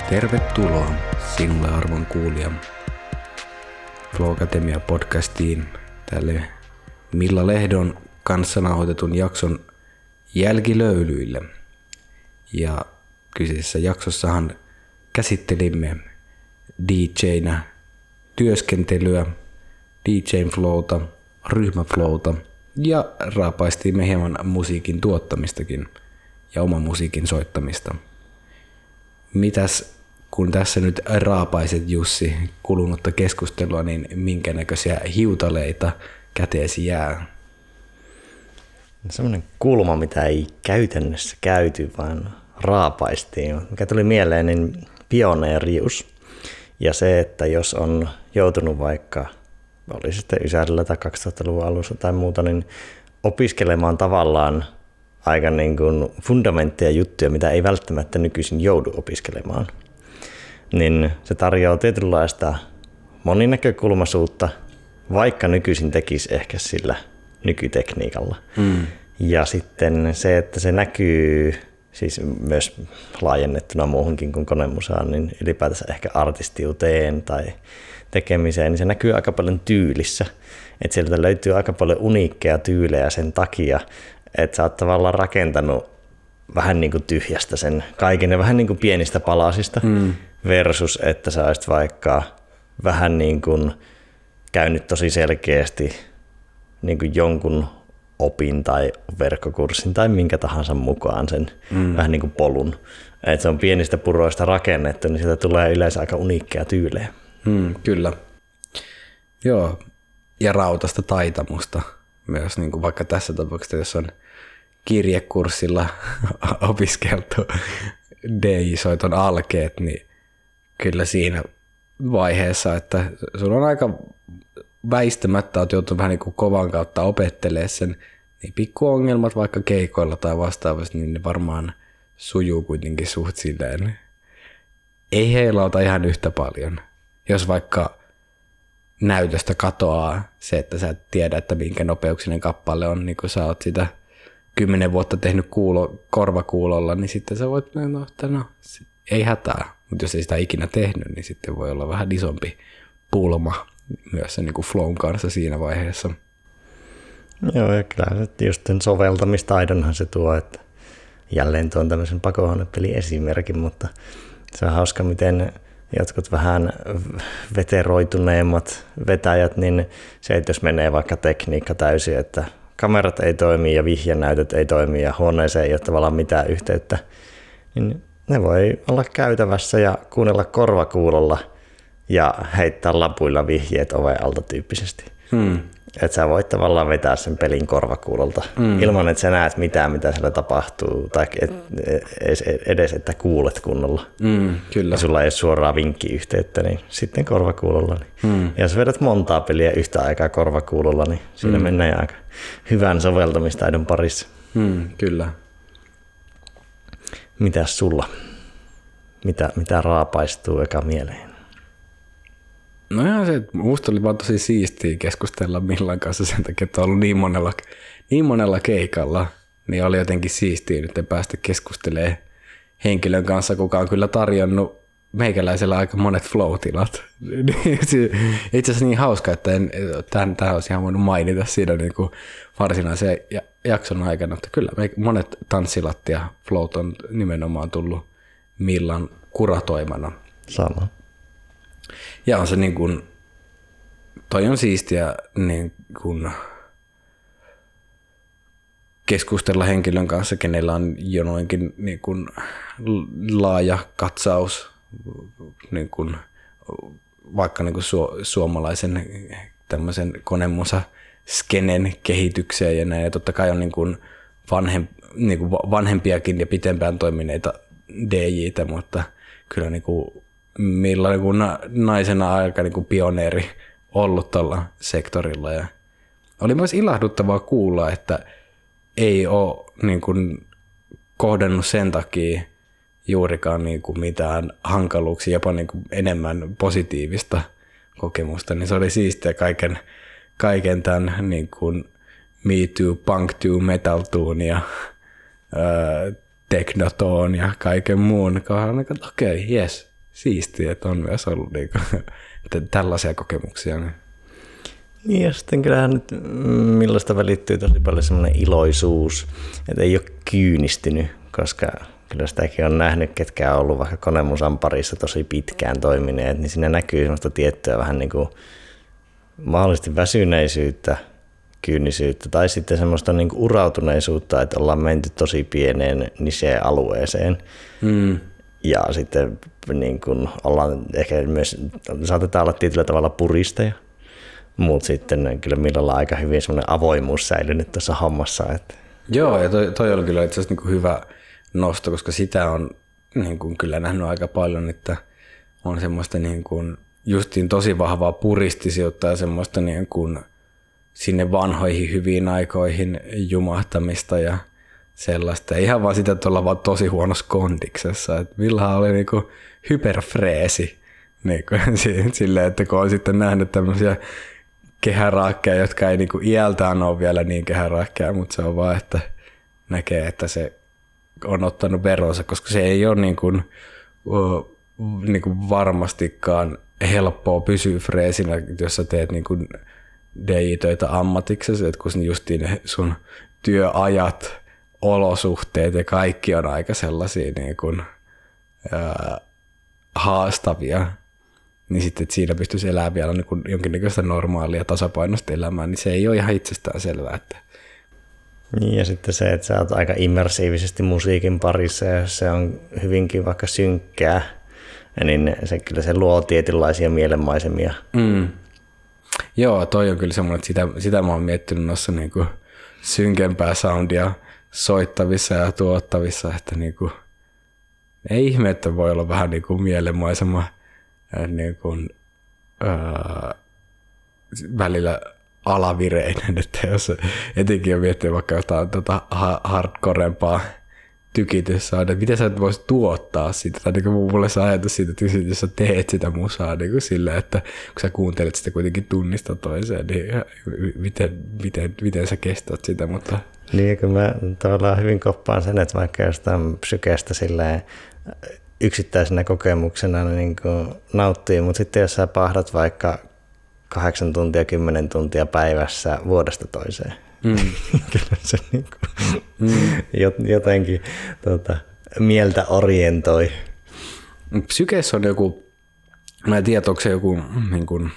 Tervetuloa sinulle arvon kuulija Flow Akatemia podcastiin tälle Milla Lehdon kanssa nauhoitetun jakson jälkilöylyille. Ja kyseisessä jaksossahan käsittelimme DJ:nä työskentelyä, DJ:n flowta, ryhmäflowta ja raapaistimme hieman musiikin tuottamistakin ja oman musiikin soittamista. Mitäs kun tässä nyt raapaiset Jussi kulunutta keskustelua, niin minkä näköisiä hiutaleita käteesi jää? Semmoinen kulma, mitä ei käytännössä käyty, vaan raapaistiin. Mikä tuli mieleen, niin pioneerius. Ja se, että jos on joutunut vaikka, oli sitten Ysärillä tai 2000-luvun alussa tai muuta, niin opiskelemaan tavallaan aika niin kuin fundamentteja juttuja, mitä ei välttämättä nykyisin joudu opiskelemaan. Niin se tarjoaa tietynlaista moninäkökulmaisuutta, vaikka nykyisin tekisi ehkä sillä nykytekniikalla. Ja sitten se, että se näkyy siis myös laajennettuna muuhunkin kuin konemusaan, niin ylipäätänsä ehkä artistiuteen tai tekemiseen, niin se näkyy aika paljon tyylissä. Että sieltä löytyy aika paljon uniikkeja tyylejä sen takia, että sä oot tavallaan rakentanut vähän niin kuin tyhjästä sen kaiken ja vähän niin kuin pienistä palasista versus, että sä olisit vaikka vähän niin kuin käynyt tosi selkeästi niin kuin jonkun opin tai verkkokurssin tai minkä tahansa mukaan sen vähän niin kuin polun. Että se on pienistä puroista rakennettu, niin sieltä tulee yleensä aika uniikkeja tyylejä. Kyllä. Joo, ja rautasta taitamusta myös, niin kuin vaikka tässä tapauksessa, jos on kirjekurssilla opiskeltu DJ-soiton alkeet, niin kyllä siinä vaiheessa, että sun on aika väistämättä, oot joutunut vähän niin kuin kovan kautta opettelemaan sen, niin pikkuongelmat vaikka keikoilla tai vastaavasti, niin ne varmaan sujuu kuitenkin suht silleen. Ei heilauta ihan yhtä paljon, jos vaikka näytöstä katoaa se, että sä et tiedä, että minkä nopeuksinen kappale on, niin kun sä oot sitä 10 vuotta tehnyt korvakuulolla, niin sitten sä voit, ei hätää. Mutta jos ei sitä ikinä tehnyt, niin sitten voi olla vähän isompi pulma myös sen niin kuin flown kanssa siinä vaiheessa. Joo, ja kyllä just sen soveltamistaidonhan se tuo, että jälleen tuon tämmöisen pakohuonepelin esimerkin, mutta se on hauska, miten jotkut vähän veteroituneemmat vetäjät, niin se, että jos menee vaikka tekniikka täysin, että kamerat ei toimi ja vihjenäytöt ei toimi ja huoneeseen ei ole tavallaan mitään yhteyttä, niin ne voi olla käytävässä ja kuunnella korvakuulolla ja heittää lapuilla vihjeet oven alta tyyppisesti. Että sä voit tavallaan vetää sen pelin korvakuulolta ilman, että sä näet mitään, mitä siellä tapahtuu, tai edes, että kuulet kunnolla. Kyllä. Ja sulla ei ole suoraa vinkkiyhteyttä, niin sitten korvakuulolla. Niin. Ja jos vedät montaa peliä yhtä aikaa korvakuulolla, niin siinä mennään aika hyvän soveltamistaidon parissa. Kyllä. Mitäs sulla? Mitä raapaistuu eka mieleen? No ihan se, että musta oli vaan tosi siistiä keskustella Millan kanssa sen takia, että on ollut niin monella keikalla, niin oli jotenkin siistiä nyt päästä keskustelemaan henkilön kanssa, kuka on kyllä tarjonnut meikäläisellä aika monet flow-tilat. Itse asiassa niin hauska, että tämän olisi ihan voinut mainita siinä niin kuin varsinaisen jakson aikana, että kyllä monet tanssilat ja flowt on nimenomaan tullut Millan kuratoimana. Sama. Ja on se niin kuin, toi on siistiä niin kuin keskustella henkilön kanssa, kenellä on jo noinkin niin kuin laaja katsaus niin kuin, vaikka niin kuin suomalaisen tämmöisen konemusa skenen kehitykseen ja näin. Ja totta kai on niin kuin vanhempiakin ja pitempään toimineita DJ:tä, mutta kyllä niin kuin Milla niin kuin naisena aika niin kuin pioneeri ollut tuolla sektorilla. Ja oli myös ilahduttavaa kuulla, että ei ole niin kuin kohdannut sen takia juurikaan niin kuin mitään hankaluuksia, jopa niin kuin enemmän positiivista kokemusta. Niin se oli siistiä kaiken tämän niin kuin Me Too, Punk Too, Metal Toon ja Technotoon ja kaiken muun. Okei, jes. siistiä, että on myös ollut niinku, tällaisia kokemuksia. Niin ja sitten kyllähän nyt millaista välittyy tosi paljon semmoinen iloisuus, että ei ole kyynistynyt, koska kyllä sitäkin on nähnyt, ketkä on ollut vaikka konemusan parissa tosi pitkään toimineet, niin siinä näkyy semmoista tiettyä vähän niin kuin mahdollisesti väsyneisyyttä, kyynisyyttä tai sitten semmoista niin kuin urautuneisuutta, että ollaan menty tosi pieneen niche-alueeseen. Ja sitten niin kuin ollaan ehkä myös, saatetaan olla tietyllä tavalla puristeja, mutta sitten kyllä millalla aika hyvin semmoinen avoimuus säilynyt tuossa hommassa. Että. Joo, ja toi oli kyllä itse asiassa niin kuin hyvä nosto, koska sitä on niin kuin kyllä nähnyt aika paljon, että on semmoista niin kuin justiin tosi vahvaa puristisuutta ja semmoista niin kuin sinne vanhoihin hyviin aikoihin jumahtamista ja sellaista. Ja ihan vaan sitä, että ollaan vaan tosi huonossa kondiksessa. Että Villahan oli niin kuin hyperfreesi niin kuin silleen, että kun on sitten nähnyt tämmöisiä kehäraakkeja, jotka ei niin kuin iältään ole vielä niin kehäraakkeja, mutta se on vaan, että näkee, että se on ottanut veronsa, koska se ei ole niin kuin varmastikaan helppoa pysyä freesinä, jos sä teet niin kuin DJ-töitä ammatiksesi, että kun justiin ne sun työajat, olosuhteet ja kaikki on aika sellaisia niin kuin, haastavia, niin sitten, että siinä pystyisi elämään vielä niin kuin jonkinnäköistä normaalia tasapainoista elämää, niin se ei ole ihan itsestään selvää. Että. Niin ja sitten se, että sä oot aika immersiivisesti musiikin parissa ja se on hyvinkin vaikka synkkää, niin kyllä se luo tietynlaisia mielenmaisemia. Joo, toi on kyllä semmoinen, että sitä mä oon miettinyt noissa niinku synkempää soundia soittavissa ja tuottavissa, että niinku, ei ihme, että voi olla vähän niinku mielenmaisema niinku, välillä alavireinen, että jos etenkin on miettinyt vaikka jotain hardcorempaa tykityssä, että miten sä voisit tuottaa sitä, tai niin mulle se ajatus siitä, että jos sä teet sitä musaa niin silleen, että kun sä kuuntelet sitä kuitenkin tunnista toiseen, niin miten sä kestät sitä, mutta. Niin, kun mä tavallaan hyvin koppaan sen, että vaikka jostain psykeestä silleen yksittäisenä kokemuksena niin nauttii, mutta sitten jos sä pahdat vaikka 8 tuntia, 10 tuntia päivässä vuodesta toiseen, kyllä se niin kuin, jotenkin mieltä orientoi. Psykeessä on joku, mä en tiedä, onko se joku, niin kuin,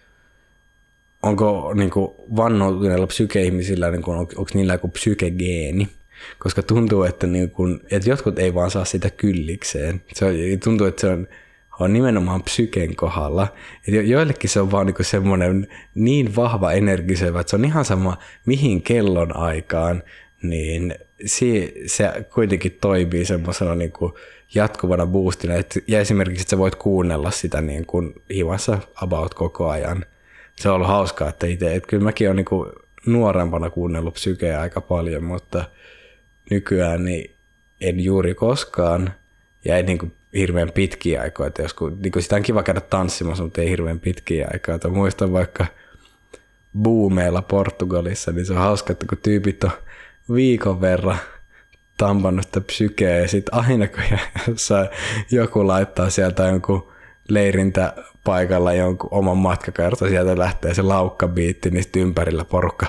onko niin kuin vannoutuneilla psyke-ihmisillä, niin kuin, onko niillä joku psykegeeni, koska tuntuu, että, niin kuin, että jotkut ei vaan saa sitä kyllikseen. Tuntuu, että se on nimenomaan psyken kohdalla. Et joillekin se on vaan niinku semmoinen niin vahva energisevä, että se on ihan sama mihin kellon aikaan, niin se kuitenkin toimii semmoisena niinku jatkuvana boostina. Ja esimerkiksi, että sä voit kuunnella sitä niinku himassa about koko ajan. Se on ollut hauskaa, että itse, että kyllä mäkin olen niinku nuorempana kuunnellut psykeä aika paljon, mutta nykyään niin en juuri koskaan ja en niinku hirveän pitkiä aikoja, että joskus, niin sitä on kiva käydä tanssimassa, mutta ei hirveän pitkiä aikaa. Että muistan vaikka boomeilla Portugalissa, niin se on hauska, että kun tyypit on viikon verran tampannut sitä psykeä ja sitten aina kun joku laittaa sieltä jonkun leirintäpaikalla jonkun oman matkakartan, sieltä lähtee se laukkabiitti, niin sitten ympärillä porukka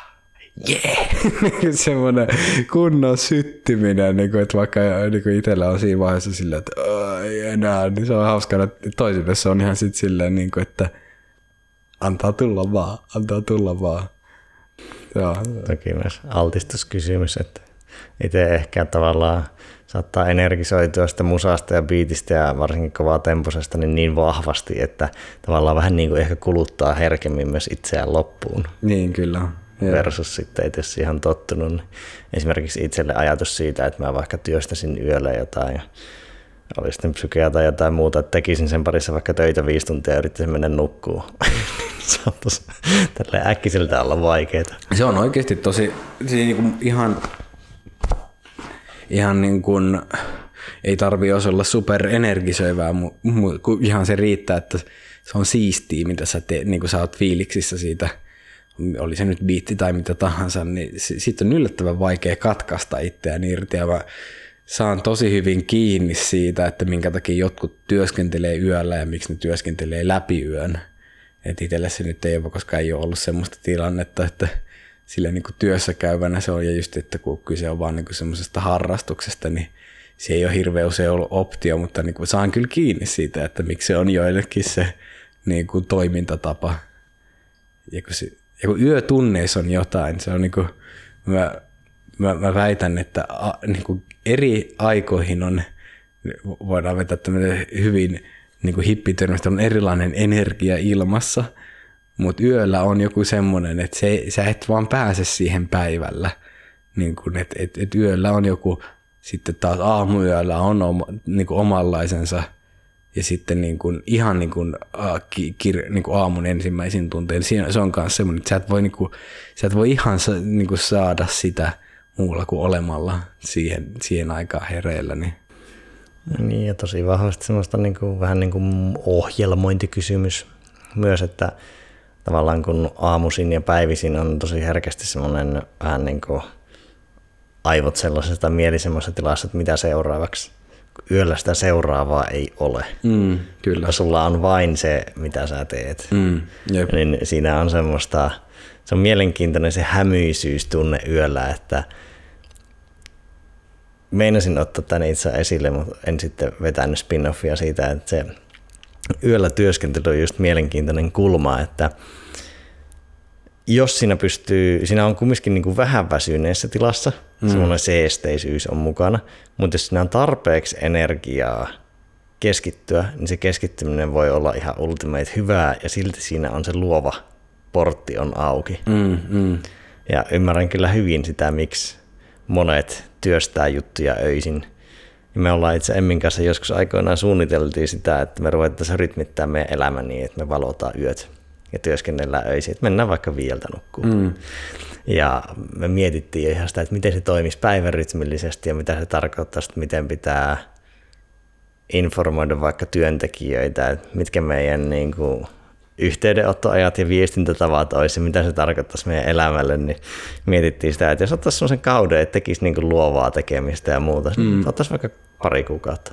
semmoinen kunnon syttyminen, että vaikka itsellä on siinä vaiheessa silleen, että ei enää, niin se on hauskaa, että toisille se on ihan sitten silleen, että antaa tulla vaan. Joo. Toki myös altistuskysymys, että itse ehkä tavallaan saattaa energisoitua sitä musasta ja biitistä ja varsinkin kovaa temposesta niin vahvasti, että tavallaan vähän niin kuin ehkä kuluttaa herkemmin myös itseään loppuun. Niin kyllä. Versus sitten, että jos ihan tottunut, niin esimerkiksi itselle ajatus siitä, että mä vaikka työstäisin yöllä jotain ja oli sitten psykeä tai jotain muuta, että tekisin sen parissa vaikka töitä 5 tuntia ja yrittäisin mennä nukkuun. Saattaisi tälleen äkkiseltä olla vaikeaa. Se on oikeasti tosi niin kuin ihan niin kuin, ei tarvitse olla superenergisöivää, kun ihan se riittää, että se on siistiä, mitä sä teet, niin kuin sä oot fiiliksissä siitä, oli se nyt biitti tai mitä tahansa, niin sitten on yllättävän vaikea katkaista itseään irti. Ja mä saan tosi hyvin kiinni siitä, että minkä takia jotkut työskentelee yöllä ja miksi ne työskentelee läpi yön. Et itselle se nyt ei ole, koska ei ole ollut semmoista tilannetta, että sillä niin kuin työssä käyvänä se on, ja just, että kun kyse on vaan niin kuin semmoisesta harrastuksesta, niin se ei ole hirveän usein ollut optio, mutta niin kuin saan kyllä kiinni siitä, että miksi se on joillekin se niin kuin toimintatapa. Ja kun yötunneissa on jotain, se on niin kuin, mä väitän, että niin kuin eri aikoihin on, voidaan vetää tämmöinen hyvin niin kuin hippitermistä, on erilainen energia ilmassa, mutta yöllä on joku semmoinen, että sä et vaan pääse siihen päivällä. Niin kuin, että yöllä on joku, sitten taas aamuyöllä on niin kuin omanlaisensa, ja sitten niin kuin, ihan niin kuin, niin kuin aamun ensimmäisin tunteen, se on myös semmoinen, että sä et voi ihan niin kuin saada sitä muulla kuin olemalla siihen aikaan hereillä. Niin, ja tosi vahvasti semmoista niin kuin, vähän niin kuin ohjelmointikysymys myös, että tavallaan kun aamuisin ja päivisin on tosi herkästi semmoinen vähän niin kuin aivot sellaisesta mieli semmoisessa tilassa, että mitä seuraavaksi. Yöllä sitä seuraavaa ei ole. Kyllä. Sulla on vain se, mitä sä teet. Niin siinä on semmoista, se on mielenkiintoinen se hämyisyystunne yöllä, että meinasin ottaa tämän itse esille, mutta en sitten vetänyt spin-offia siitä, että se yöllä työskentely on just mielenkiintoinen kulma, että jos siinä on kumminkin niin kuin vähän väsyneessä tilassa, semmoinen seesteisyys on mukana, mutta jos siinä on tarpeeksi energiaa keskittyä, niin se keskittyminen voi olla ihan ultimate hyvää ja silti siinä on se luova portti on auki. Ja ymmärrän kyllä hyvin sitä, miksi monet työstää juttuja öisin. Ja me ollaan itse Emmin kanssa joskus aikoinaan suunniteltiin sitä, että me ruvettaisiin rytmittää meidän elämä niin, että me valotaan yöt ja työskennellään öisin, että mennään vaikka 5 nukkumaan. Ja me mietittiin ihan sitä, että miten se toimisi päivärytmillisesti ja mitä se tarkoittaa, että miten pitää informoida vaikka työntekijöitä, että mitkä meidän niin kuin yhteydenottoajat ja viestintätavat olisi, mitä se tarkoittaisi meidän elämälle, niin mietittiin sitä, että jos ottaisiin sellaisen kauden, että tekisi niin kuin luovaa tekemistä ja muuta, niin ottaisiin vaikka 2 kuukautta.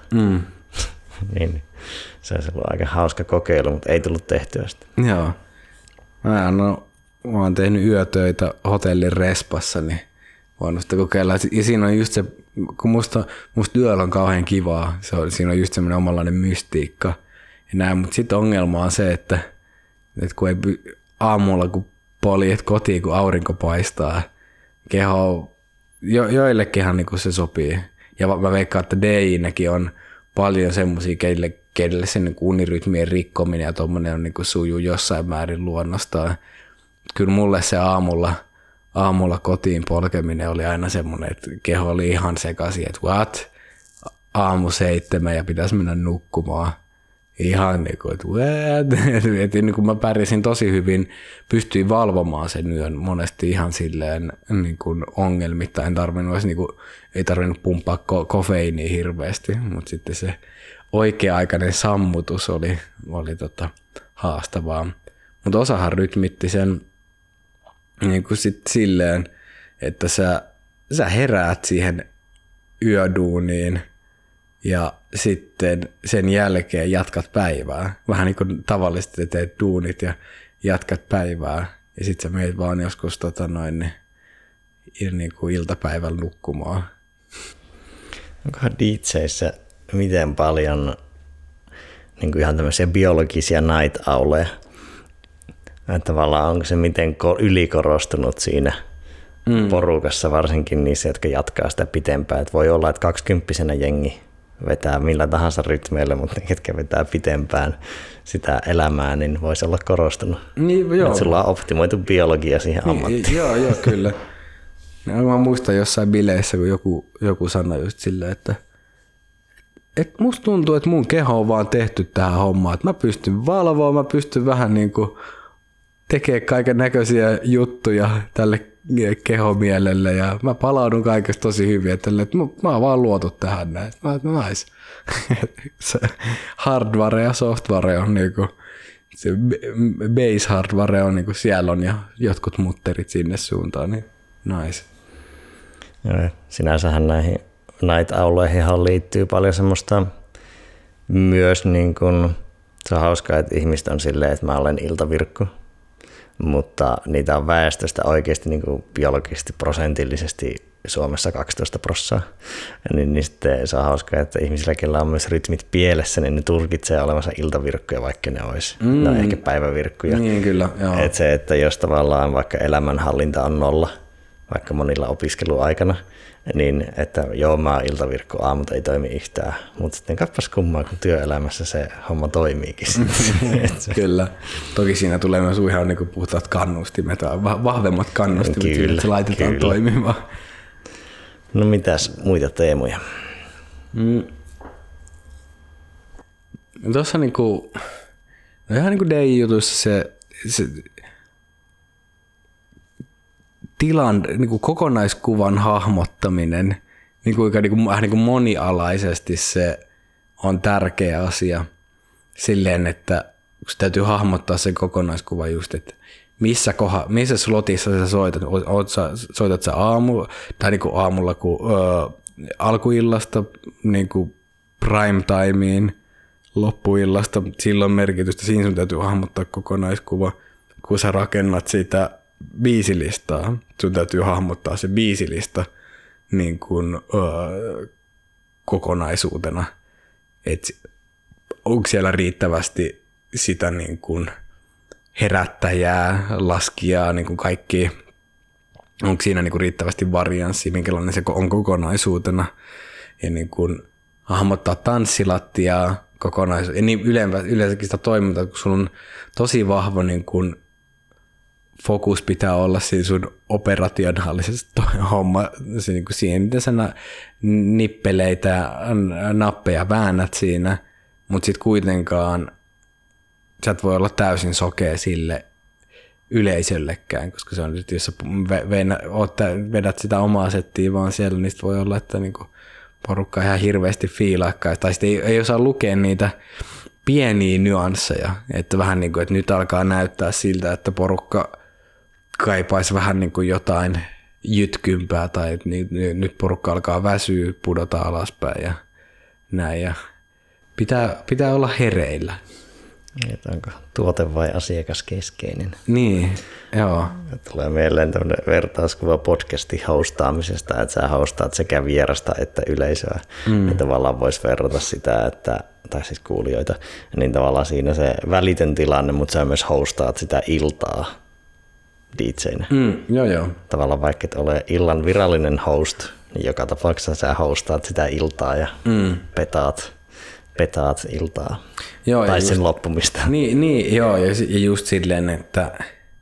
Niin, se olisi ollut aika hauska kokeilu, mutta ei tullut tehtyä sitä. Joo. Mä oon tehnyt yötöitä hotellin respassa, niin voin sitä kokeilla. Ja siinä on just se, kun musta yöllä on kauhean kivaa, siinä on just semmoinen omanlainen mystiikka. Ja näin, mutta sitten ongelma on se, että kun ei aamulla kun poljet kotiin, kun aurinko paistaa, keho joillekinhan niin se sopii. Ja mä veikkaan, että DI-näkin on paljon semmoisia, keille sen niin unirytmien rikkominen ja tuommoinen on niin sujuu jossain määrin luonnostaan. Kyllä mulle se aamulla kotiin polkeminen oli aina semmoinen, että keho oli ihan sekaisin, että what? Aamu 7 ja pitäisi mennä nukkumaan. Ihan niin kuin, että what? Et niin kuin mä pärjäsin tosi hyvin, pystyin valvomaan sen yön monesti ihan silleen niin kuin ongelmitta. Ei tarvinnut pumppaa kofeiiniä hirveästi, mutta sitten se oikea-aikainen sammutus oli haastavaa. Mutta osahan rytmitti sen niin kuin sit silleen, että sä heräät siihen yöduuniin ja sitten sen jälkeen jatkat päivää. Vähän niin kuin tavallisesti teet duunit ja jatkat päivää ja sitten sä meet vaan joskus niin kuin iltapäivällä nukkumaan. Onkohan DJissä miten paljon niin kuin ihan tämmöisiä biologisia night owleja? Tavallaan onko se miten ylikorostunut siinä porukassa, varsinkin niissä, jotka jatkaa sitä pitempään. Että voi olla, että 20-vuotiaana jengi vetää millä tahansa rytmeillä, mutta ne, ketkä vetää pitempään sitä elämää, niin voisi olla korostunut. Niin, joo. Että sulla on optimoitu biologia siihen ammattiin. Joo, kyllä. Mä muistan jossain bileissä, kun joku sanoi just silleen, että musta tuntuu, että mun keho on vaan tehty tähän hommaan, että mä pystyn valvoa, mä pystyn vähän niin kuin tekemään kaiken näköisiä juttuja tälle kehomielelle ja mä palaudun kaikesta tosi hyvin, että mä oon vaan luotu tähän näin. Nice. Hardware ja software on niinku, se base hardware on niinku, siellä on ja jotkut mutterit sinne suuntaan, niin nice. Sinänsähän näihin night owleihin liittyy paljon semmoista myös niin kuin, se on hauskaa, että ihmiset on silleen, että mä olen iltavirkku, mutta niitä on väestöstä oikeasti niin kuin biologisesti prosentillisesti Suomessa 12%. Niin sitten se on hauskaa, että ihmisillä, kellä on myös rytmit pielessä, niin ne tulkitsee olevansa iltavirkkuja, vaikka ne olisi. Ne on ehkä päivävirkkuja. Niin kyllä, joo. Että se, että jos tavallaan vaikka elämänhallinta on nolla, vaikka monilla opiskeluaikana, niin että joo, mä oon iltavirkku, aamut ei toimi yhtään, mutta sitten kappas kummaa, kun työelämässä se homma toimiikin. Kyllä. Toki siinä tulee myös ihan niin kuin puhtaat kannustimet, vahvemmat kannustimet, kyllä, että se laitetaan toimimaan. No mitäs muita teemoja? Tuossa niinku, no ihan niin kuin DJ-jutuissa se tilan niin kokonaiskuvan hahmottaminen niin kuin monialaisesti se on tärkeä asia silleen, että kun täytyy hahmottaa se kokonaiskuva just, että missä slotissa sä soitat, soitat sä tai niin kuin aamulla alkuillasta niin kuin prime timeen loppuillasta, silloin merkitystä, siinä sun täytyy hahmottaa kokonaiskuva, kun sä rakennat sitä biisilistaa, sun täytyy hahmottaa se biisilista niin kuin, kokonaisuutena, että onko siellä riittävästi sitä niin kuin herättäjää, laskijaa, niin kuin kaikki, onko siinä niin kuin riittävästi varianssia, minkälainen se on kokonaisuutena, ja niin kuin hahmottaa tanssilattiaa kokonaisuutta, ja niin yleensäkin sitä toimintaa, kun sulla on tosi vahva niin kuin fokus pitää olla siinä sun operationaalisessa homma, se niin kuin siihen, miten sä nippeleitä ja nappeja väännät siinä, mutta sitten kuitenkaan sä et voi olla täysin sokea sille yleisöllekään, koska se on nyt, jos sä vedät sitä omaa settiä vaan siellä, niin voi olla, että niinku porukka ihan hirveästi fiilaakkaa, tai sitten ei osaa lukea niitä pieniä nyansseja, että vähän niin kuin, että nyt alkaa näyttää siltä, että porukka kaipaisi vähän niin kuin jotain jytkympää, tai nyt porukka alkaa väsyä, pudota alaspäin ja näin, ja pitää olla hereillä. Että onko tuote vai asiakaskeskeinen? Niin, joo. Tulee mieleen tämmöinen vertauskuva podcastin hostaamisesta, että sä hostaat sekä vierasta että yleisöä. Ja tavallaan voisi verrata sitä, että, tai siis kuulijoita, niin tavallaan siinä se välitön tilanne, mutta sä myös hostaat sitä iltaa DJ:nä. Joo. Tavallaan vaikka et ole illan virallinen host, niin joka tapauksessa sä hostaat sitä iltaa ja petaat iltaa. Joo, tai sen loppumista. Niin, joo, ja just silleen, että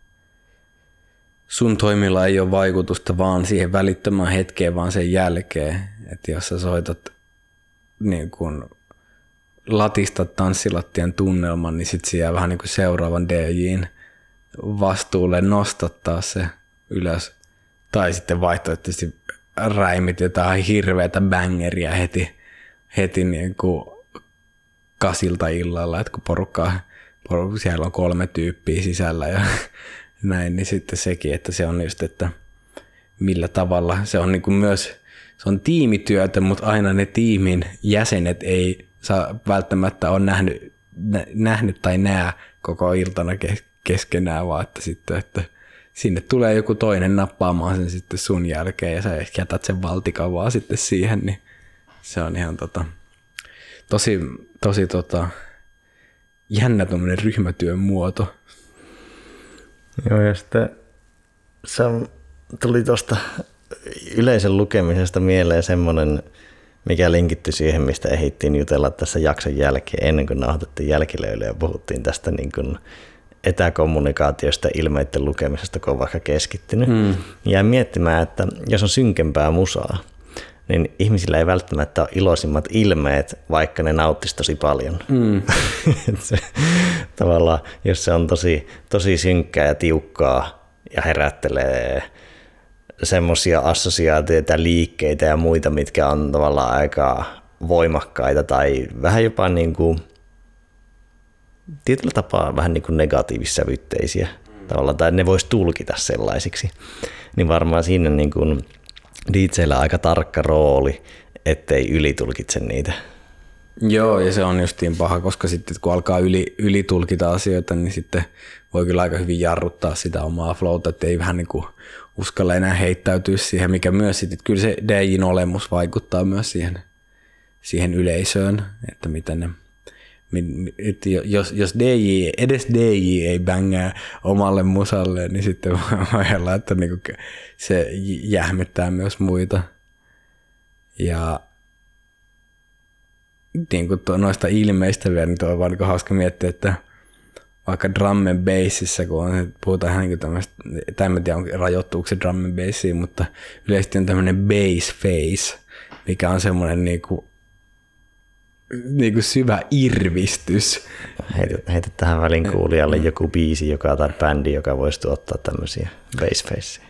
sun toimilla ei ole vaikutusta vaan siihen välittömään hetkeen, vaan sen jälkeen. Että jos sä soitat niin kun latistat tanssilattian tunnelman, niin sit siellä vähän niin kuin seuraavan DJ:n vastuulle nostattaa se ylös. Tai sitten vaihtoehtoisesti räimit jotain hirveätä bangeriä heti niin kuin kasilta illalla, että kun porukka siellä on 3 tyyppiä sisällä ja näin, niin sitten sekin, että se on just, että millä tavalla se on niin kuin myös, se on tiimityötä, mutta aina ne tiimin jäsenet ei saa välttämättä ole nähnyt tai näe koko iltana keskenään, vaan että sitten, että sinne tulee joku toinen nappaamaan sen sitten sun jälkeen ja sä ehkä jätät sen valtikan vaan sitten siihen, niin se on ihan tosi jännä tuommoinen ryhmätyön muoto. Joo, ja sitten se tuli tuosta yleisön lukemisesta mieleen semmoinen, mikä linkitty siihen, mistä ehdittiin jutella tässä jakson jälkeen, ennen kuin nauhoitettiin jälkilöille ja puhuttiin tästä niin kuin etäkommunikaatiosta ja ilmeiden lukemisesta, kun on vaikka keskittynyt. Jäin miettimään, että jos on synkempää musaa, niin ihmisillä ei välttämättä ole iloisimmat ilmeet, vaikka ne nauttisi tosi paljon. Tavallaan, jos se on tosi synkkää ja tiukkaa ja herättelee semmoisia assosiaatioita, liikkeitä ja muita, mitkä on tavallaan aika voimakkaita tai vähän jopa niin kuin, tietyllä tapaa vähän niin kuin negatiivissävytteisiä tavallaan, tai ne voisi tulkita sellaisiksi, niin varmaan siinä niin kuin DJ:llä aika tarkka rooli, ettei ylitulkitse niitä. Joo, ja se on justiin paha, koska sitten kun alkaa ylitulkita asioita, niin sitten voi kyllä aika hyvin jarruttaa sitä omaa flowta, että ei vähän niin kuin uskalla enää heittäytyä siihen, mikä myös sitten, että kyllä se DJ:n olemus vaikuttaa myös siihen yleisöön, että miten ne, jos edes DJ ei bängää omalle musalle, niin sitten voi olla, että niin kuin se jähmettää myös muita. Ja niin kuin noista ilmeistä vielä, niin on vaan niin hauska miettiä, että vaikka drum and bassissa, kun puhutaan ihan niin tämmöistä, tai en tiedä, rajoittuuko se drum and bassiin, mutta yleisesti on tämmöinen bass face, mikä on semmoinen niin kuin syvä irvistys. Heitä tähän välin kuulijalle joku biisi tai bändi, joka voisi tuottaa tämmöisiä bass faceja.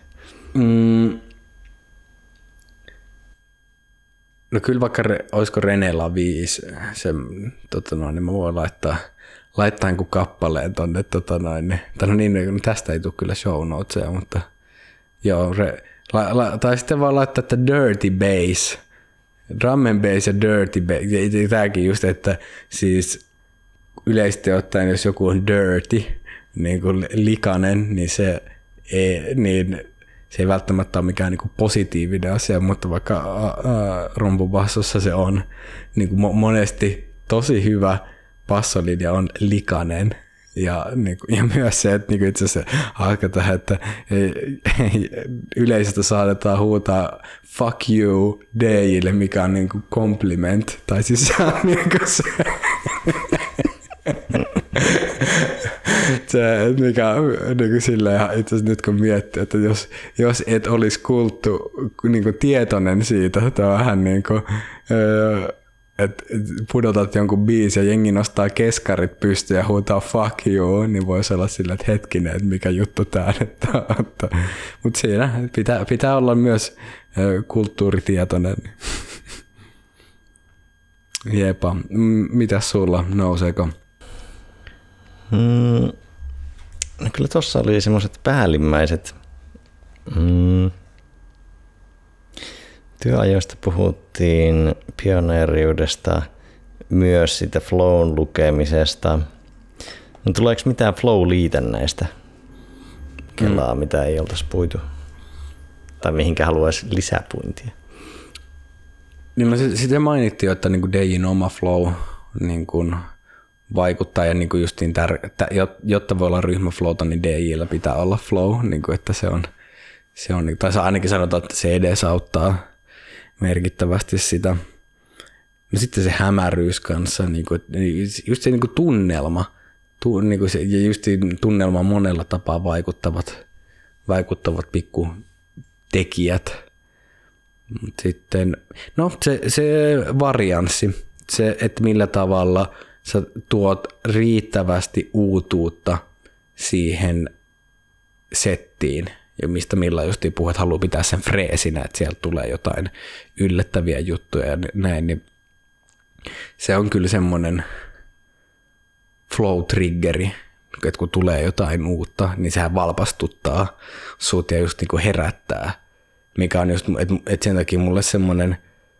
No kyllä vaikka olisiko René Lavis, se, niin mä voin laittaa jonkun kappaleen tonne, niin, tästä ei tule kyllä show notesia, mutta joo, tai sitten vaan laittaa, että dirty bass, drum and bass ja dirty bass, tämäkin just, että siis yleisesti ottaen, jos joku on dirty, niin kuin likainen, niin se ei välttämättä ole mikään niin kuin positiivinen asia, mutta vaikka rumpubassossa se on niin kuin monesti tosi hyvä bassolinja on likainen. Ja myös se, että itse asiassa hauska tähän, että yleisöstä saatetaan huutaa fuck you DJille, mikä on niin kuin compliment. Tai siis se on niin kuin se, mikä on niin silleen, itse asiassa nyt kun miettii, että jos et olisi niin tietoinen siitä, että on vähän niin kuin, että pudotat jonkun biisin ja jengi nostaa keskarit pystyyn ja huutaa fuck you, niin voisi olla sillä, että hetkinen, että mikä juttu tämä nyt on. Mutta siinä pitää olla myös kulttuuritietoinen. Jepa, mitäs sulla, nouseeko? No kyllä tuossa oli semmoiset päällimmäiset. Työajoista puhuttiin, pioneeriudesta, myös sitä flown lukemisesta. No tuleeko mitään flow-liitännäistä kelaa, mitä ei oltaisi puitu? Tai mihinkä haluaisi lisäpuintia? Niin no sitten mainittiin, että niin kuin DJ:n oma flow niin kuin vaikuttaa ja niin kuin justiin jotta voi olla ryhmäflowta, niin DJ:llä pitää olla flow, niin kuin, että se on tai ainakin sanotaan, että se edesauttaa merkittävästi sitä. No sitten se hämäryys kanssa, niin kuin, just se niin kuin tunnelma, niin kuin se, ja just tunnelma monella tapaa vaikuttavat pikku tekijät. Sitten, no se varianssi, se, että millä tavalla sä tuot riittävästi uutuutta siihen settiin, ja millä justiin puhut, että haluaa pitää sen freesinä, että sieltä tulee jotain yllättäviä juttuja ja näin, niin se on kyllä semmoinen flow-triggeri, että kun tulee jotain uutta, niin sehän valpastuttaa sut ja just niin kuin herättää, mikä on just, että sen takia mulle semmoinen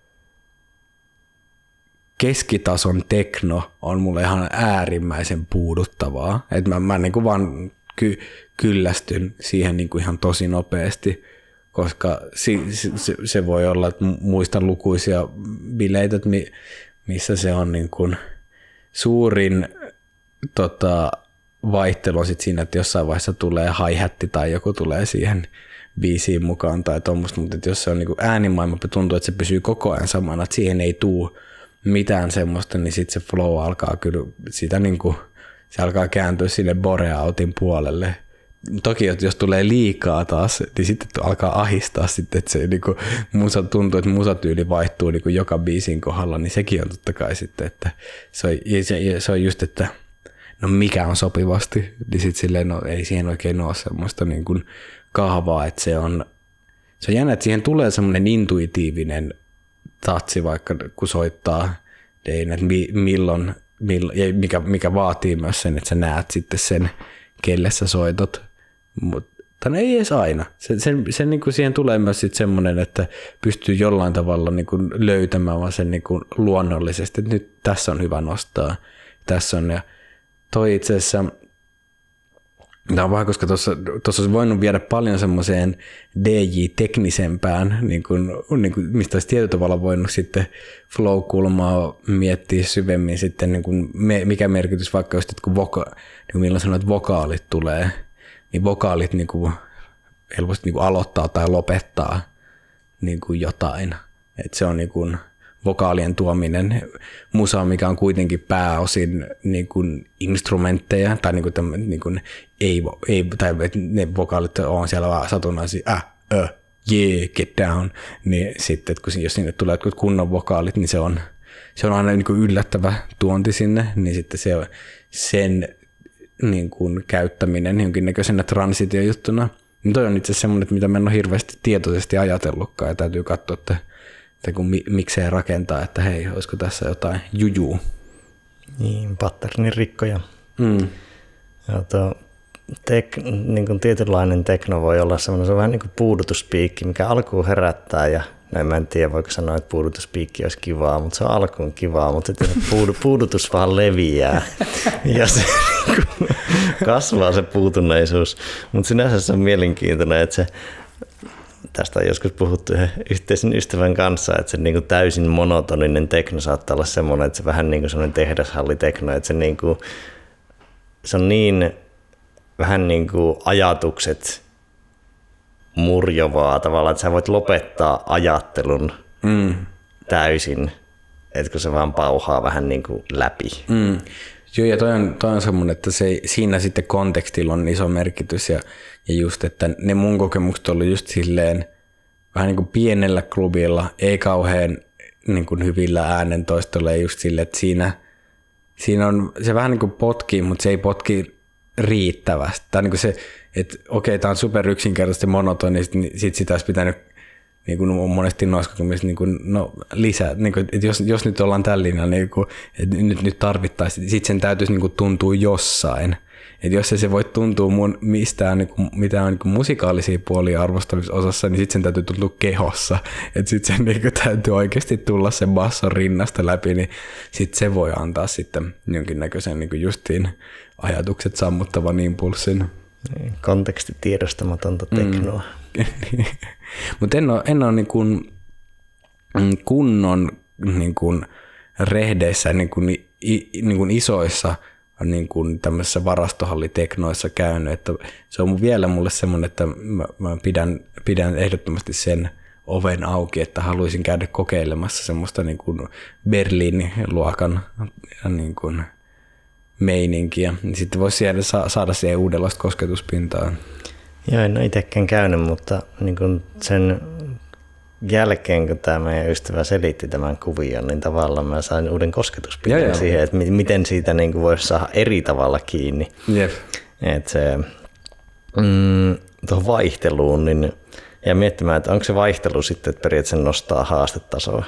keskitason tekno on mulle ihan äärimmäisen puuduttavaa, että mä niin kuin vaan kyllästyn siihen niin kuin ihan tosi nopeasti, koska se voi olla, että muistan lukuisia bileitä, missä se on niin kuin suurin vaihtelu on sit siinä, että jossain vaiheessa tulee hi-hatti tai joku tulee siihen biisiin mukaan tai tuommoista, mutta jos se on niin kuin äänimaailma, tuntuu, että se pysyy koko ajan samana, että siihen ei tule mitään semmoista, niin sitten se flow alkaa kyllä sitä niin kuin se alkaa kääntyä sille Boreoutin puolelle. Toki, jos tulee liikaa taas, niin sitten alkaa ahistaa sitten, että se niinku, tuntuu, että musatyyli vaihtuu niinku joka biisin kohdalla, niin sekin on totta kai sitten, että se on just, että no mikä on sopivasti, niin sitten silleen, no ei siihen oikein ole semmoista niin kuin kahvaa, että se on jännä, että siihen tulee semmoinen intuitiivinen tatsi, vaikka kun soittaa, että milloin mikä vaatii myös sen, että sä näet sitten sen, kelle sä soitot. Tai ei edes aina. Se niin kuin siihen tulee myös sit semmoinen, että pystyy jollain tavalla niin kuin löytämään vaan sen niin kuin luonnollisesti, että nyt tässä on hyvä nostaa. Tässä on, ja toi itse asiassa, tämä on vähän, koska tuossa olisi voinut viedä paljon semmoiseen DJ-teknisempään, niin kuin, mistä olisi tietyllä tavalla voinut sitten flow-kulmaa miettiä syvemmin sitten, niin kuin mikä merkitys vaikka just, että kun niin milloin sanoit, että vokaalit tulee, niin vokaalit niin kuin helposti niin kuin aloittaa tai lopettaa niin kuin jotain. Et se on niin kuin vokaalien tuominen musaan, mikä on kuitenkin pääosin niin kuin instrumentteja, tai niin kuin ei, tai ne vokaalit on siellä vaan satunnaisia, get down, niin sitten, että jos sinne tulee kunnon vokaalit, niin se on aina niin kuin yllättävä tuonti sinne, niin sitten sen niin kuin käyttäminen jonkinnäköisenä transitiojuttuna, niin toi on itse asiassa semmoinen, mitä mä en ole hirveästi tietoisesti ajatellutkaan, ja täytyy katsoa, että miksei rakentaa, että hei, olisiko tässä jotain jujuu. Niin, patternin rikkoja. Niin kuin tietynlainen tekno voi olla semmoinen, se on vähän niin kuin puudutuspiikki, mikä alkuun herättää, ja näin mä en tiedä, voiko sanoa, että puudutuspiikki olisi kivaa, mutta se on alkuun kivaa, mutta sitten puudutus vaan leviää, ja se kasvaa se puutuneisuus. Mutta sinänsä se on mielenkiintoinen, että tästä on joskus puhuttu yhden yhteisen ystävän kanssa, että se niin kuin täysin monotoninen tekno saattaa olla semmoinen, että se vähän niin kuin semmoinen tehdashallitekno, että se on niin vähän niin kuin ajatukset murjovaa tavallaan, että sä voit lopettaa ajattelun täysin, että kun se vaan pauhaa vähän niin kuin läpi. Joo, ja toi on semmoinen, että siinä sitten kontekstilla on iso merkitys, ja just, että ne mun kokemukset on ollut just silleen vähän niin kuin pienellä klubilla, ei kauhean niin kuin hyvillä äänentoistoilla, just silleen, että siinä on, se vähän niin kuin potkii, mutta se ei potki riittävästi. Tai niin kuin se, että okei, tämä on super yksinkertaisesti monotoni, niin sit sitä olisi pitänyt niin kuin monesti noissa kokemuksissa niin lisää. Niin kuin, että jos nyt ollaan tällä linjalla, niin kuin, että nyt tarvittaisiin, niin sitten sen täytyisi niin kuin tuntua jossain. Että jos se voi tuntua mistään mitään niin kuin musikaalisia puolia arvostavissa osassa, niin sitten sen täytyy tuntua kehossa. Että sitten sen niin kuin täytyy oikeasti tulla sen basson rinnasta läpi, niin sitten se voi antaa sitten jonkinnäköisen niin kuin justiin ajatukset sammuttavan impulssin. Konteksti tiedostamatonta teknoa. Mutta en ole niin kuin kunnon niin kuin rehdeissä niin kuin isoissa niin kuin tämmöisissä varastohalliteknoissa käynyt, että se on vielä mulle semmoinen, että mä pidän ehdottomasti sen oven auki, että haluaisin käydä kokeilemassa semmoista niin kuin Berliinin luokan niin kuin meininkiä. Sitten voisi saada siihen uudenlaista kosketuspintaa. Joo, en ole itsekään käynyt, mutta niin kuin sen jälkeen, kun tämä meidän ystävä selitti tämän kuvion, niin tavallaan mä sain uuden kosketuspinnan siihen, että miten siitä niin kuin voisi saada eri tavalla kiinni. Jep. Että se tuohon vaihteluun, niin ja miettimään, että onko se vaihtelu sitten, että periaatteessa nostaa haastetasoa?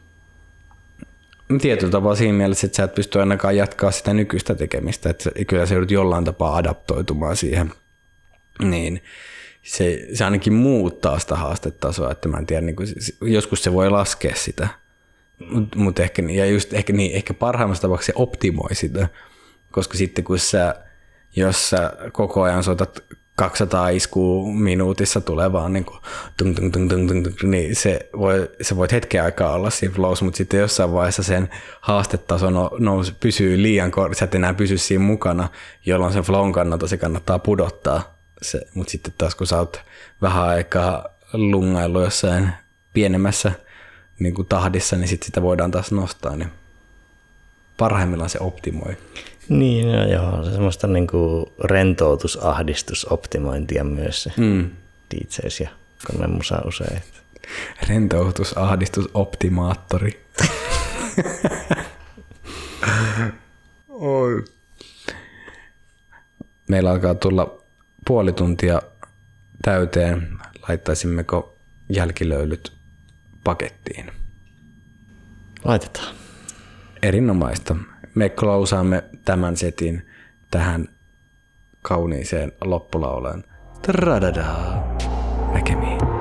Tietyllä tavalla siinä mielessä, että sä et pysty ainakaan jatkaa sitä nykyistä tekemistä, että kyllä sä joudut jollain tapaa adaptoitumaan siihen. Niin se ainakin muuttaa sitä haastetasoa, että mä en tiedä, niin kuin, joskus se voi laskea sitä, mutta ehkä parhaimmassa tapauksessa se optimoi sitä, koska sitten kun jos sä koko ajan soitat 200 iskua minuutissa tulevaan niin kuin niin se voit hetken aikaa olla siinä flows, mutta sitten jossain vaiheessa sen haastetaso pysyy liian korkealla, sä et enää pysy siinä mukana, jolloin sen flown kannalta se kannattaa pudottaa. Mutta sitten taas kun sä oot vähän aikaa lungaillut jossain pienemmässä niin kuin tahdissa, niin sit sitä voidaan taas nostaa. Niin parhaimmillaan se optimoi. Niin, joo, se semmoista niin kuin rentoutusahdistusoptimointia myös se DJs ja konemusa usein. Rentoutusahdistusoptimaattori. Meillä alkaa tulla puoli tuntia täyteen. Laittaisimmeko jälkilöylyt pakettiin? Laitetaan. Erinomaista. Me klousaamme tämän setin tähän kauniiseen loppulauleen. Tradada. Näkemiin.